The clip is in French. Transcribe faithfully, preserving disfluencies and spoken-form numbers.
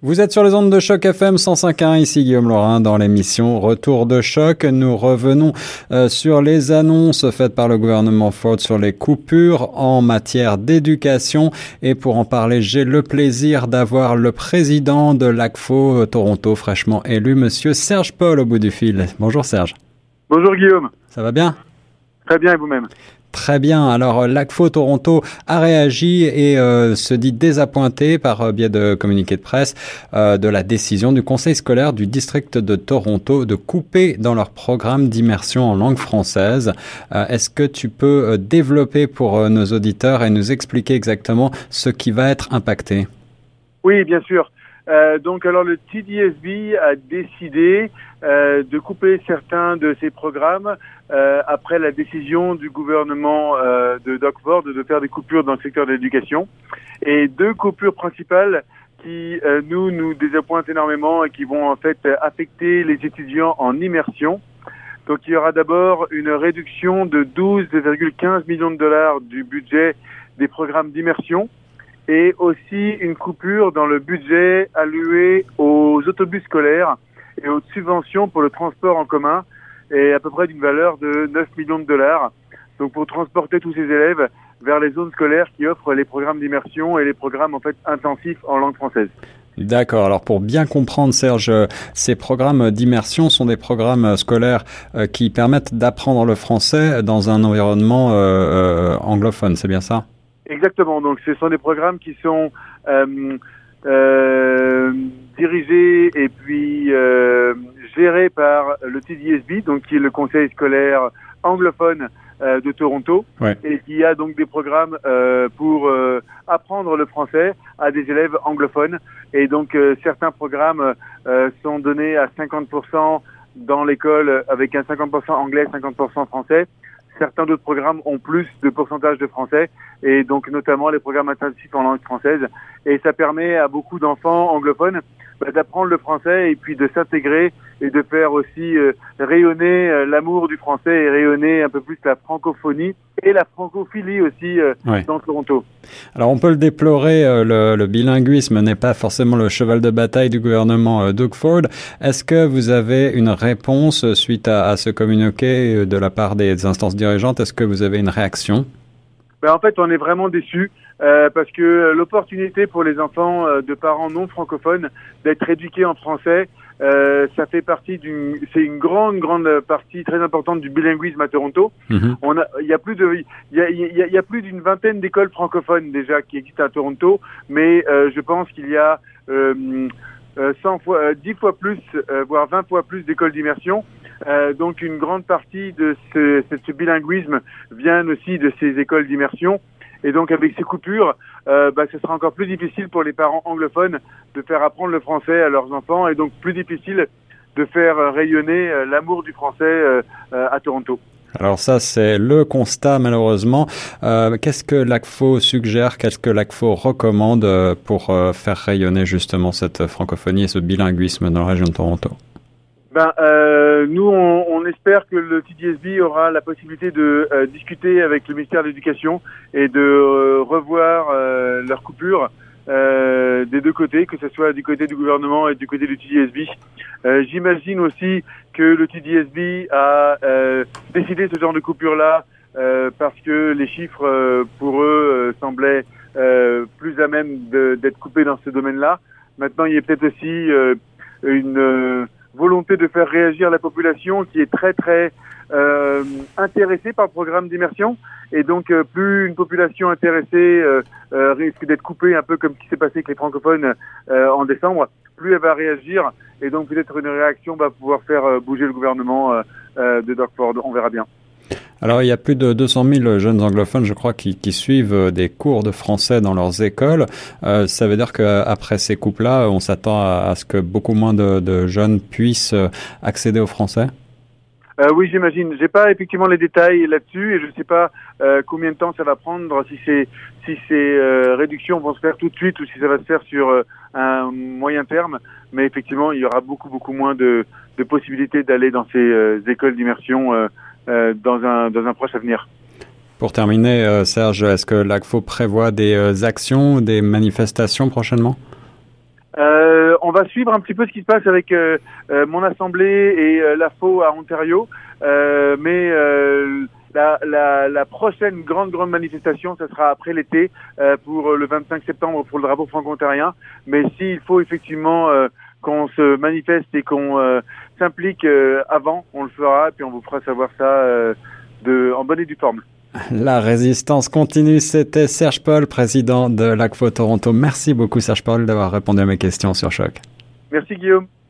Vous êtes sur les ondes de Choc F M cent cinq point un, ici Guillaume Laurin dans l'émission Retour de Choc. Nous revenons euh, sur les annonces faites par le gouvernement Ford sur les coupures en matière d'éducation. Et pour en parler, j'ai le plaisir d'avoir le président de l'A C F O Toronto, fraîchement élu, monsieur Serge Paul au bout du fil. Bonjour Serge. Bonjour Guillaume. Ça va bien? Très bien, et vous-même? Très bien. Alors, l'A C F O Toronto a réagi et euh, se dit désappointé par euh, biais de communiqué de presse euh, de la décision du conseil scolaire du district de Toronto de couper dans leur programme d'immersion en langue française. Euh, est-ce que tu peux euh, développer pour euh, nos auditeurs et nous expliquer exactement ce qui va être impacté? Oui, bien sûr. Euh, donc, alors, le T D S B a décidé euh, de couper certains de ses programmes euh, après la décision du gouvernement euh, de Doug Ford de faire des coupures dans le secteur de l'éducation. Et deux coupures principales qui, euh, nous, nous désappointent énormément et qui vont en fait affecter les étudiants en immersion. Donc, il y aura d'abord une réduction de douze virgule quinze millions de dollars du budget des programmes d'immersion, et aussi une coupure dans le budget alloué aux autobus scolaires et aux subventions pour le transport en commun, et à peu près d'une valeur de neuf millions de dollars. Donc pour transporter tous ces élèves vers les zones scolaires qui offrent les programmes d'immersion et les programmes en fait intensifs en langue française. D'accord. Alors pour bien comprendre, Serge, ces programmes d'immersion sont des programmes scolaires euh, qui permettent d'apprendre le français dans un environnement euh, euh, anglophone, c'est bien ça? Exactement. Donc, ce sont des programmes qui sont euh, euh, dirigés et puis euh, gérés par le T D S B, donc qui est le conseil scolaire anglophone euh, de Toronto, ouais. Et qui a donc des programmes euh, pour euh, apprendre le français à des élèves anglophones. Et donc, euh, certains programmes euh, sont donnés à cinquante pour cent dans l'école avec un cinquante pour cent anglais, cinquante pour cent français. Certains d'autres programmes ont plus de pourcentage de français, et donc notamment les programmes intensifs en langue française. Et ça permet à beaucoup d'enfants anglophones bah, d'apprendre le français et puis de s'intégrer et de faire aussi euh, rayonner euh, l'amour du français et rayonner un peu plus la francophonie et la francophilie aussi euh, ouais. dans Toronto. Alors on peut le déplorer, euh, le, le bilinguisme n'est pas forcément le cheval de bataille du gouvernement euh, Doug Ford. Est-ce que vous avez une réponse suite à, à ce communiqué de la part des instances dirigeantes? Est-ce que vous avez une réaction? Ben, en fait, on est vraiment déçus euh, parce que l'opportunité pour les enfants euh, de parents non francophones d'être éduqués en français, euh, ça fait partie d'une, c'est une grande, grande partie très importante du bilinguisme à Toronto. Mm-hmm. On a, il y a plus de, il y a, il y a, il y a plus d'une vingtaine d'écoles francophones déjà qui existent à Toronto, mais euh, je pense qu'il y a euh, cent fois, euh, dix fois plus, euh, voire vingt fois plus d'écoles d'immersion. Euh, donc une grande partie de ce, ce, ce bilinguisme vient aussi de ces écoles d'immersion. Et donc avec ces coupures, euh, bah, ce sera encore plus difficile pour les parents anglophones de faire apprendre le français à leurs enfants, et donc plus difficile de faire rayonner euh, l'amour du français euh, euh, à Toronto. Alors ça, c'est le constat malheureusement. Euh, qu'est-ce que l'A C F O suggère, qu'est-ce que l'A C F O recommande pour euh, faire rayonner justement cette francophonie et ce bilinguisme dans la région de Toronto? Ben, euh, nous, on, on espère que le T D S B aura la possibilité de euh, discuter avec le ministère de l'Éducation et de euh, revoir euh, leurs coupures euh, des deux côtés, que ce soit du côté du gouvernement et du côté du T D S B. Euh, j'imagine aussi que le T D S B a euh, décidé ce genre de coupure-là euh, parce que les chiffres, euh, pour eux, euh, semblaient euh, plus à même de, d'être coupés dans ce domaine-là. Maintenant, il y a peut-être aussi euh, une... Euh, volonté de faire réagir la population qui est très très euh, intéressée par le programme d'immersion, et donc euh, plus une population intéressée euh, euh, risque d'être coupée, un peu comme ce qui s'est passé avec les francophones euh, en décembre, plus elle va réagir, et donc peut-être une réaction va pouvoir faire euh, bouger le gouvernement euh, euh, de Doug Ford. On verra bien. Alors, il y a plus de deux cent mille jeunes anglophones, je crois, qui, qui suivent des cours de français dans leurs écoles. Euh, ça veut dire qu'après ces coupes-là, on s'attend à, à ce que beaucoup moins de, de jeunes puissent accéder au français? Euh, oui, j'imagine. J'ai pas effectivement les détails là-dessus, et je sais pas euh, combien de temps ça va prendre, si ces si ces euh, réductions vont se faire tout de suite ou si ça va se faire sur euh, un moyen terme. Mais effectivement, il y aura beaucoup beaucoup moins de, de possibilités d'aller dans ces euh, écoles d'immersion euh, euh, dans un dans un proche avenir. Pour terminer, euh, Serge, est-ce que l'A C F O prévoit des euh, actions, des manifestations prochainement? Euh, on va suivre un petit peu ce qui se passe avec euh, euh, mon assemblée et euh, l'A F O à Ontario, euh, mais euh, la, la, la prochaine grande grande manifestation, ce sera après l'été euh, pour le vingt-cinq septembre pour le drapeau franco-ontarien. Mais s'il faut effectivement euh, qu'on se manifeste et qu'on euh, s'implique euh, avant, on le fera et puis on vous fera savoir ça euh, de, en bonne et due forme. La résistance continue, c'était Serge Paul, président de l'A C F O Toronto. Merci beaucoup Serge Paul d'avoir répondu à mes questions sur Choc. Merci Guillaume.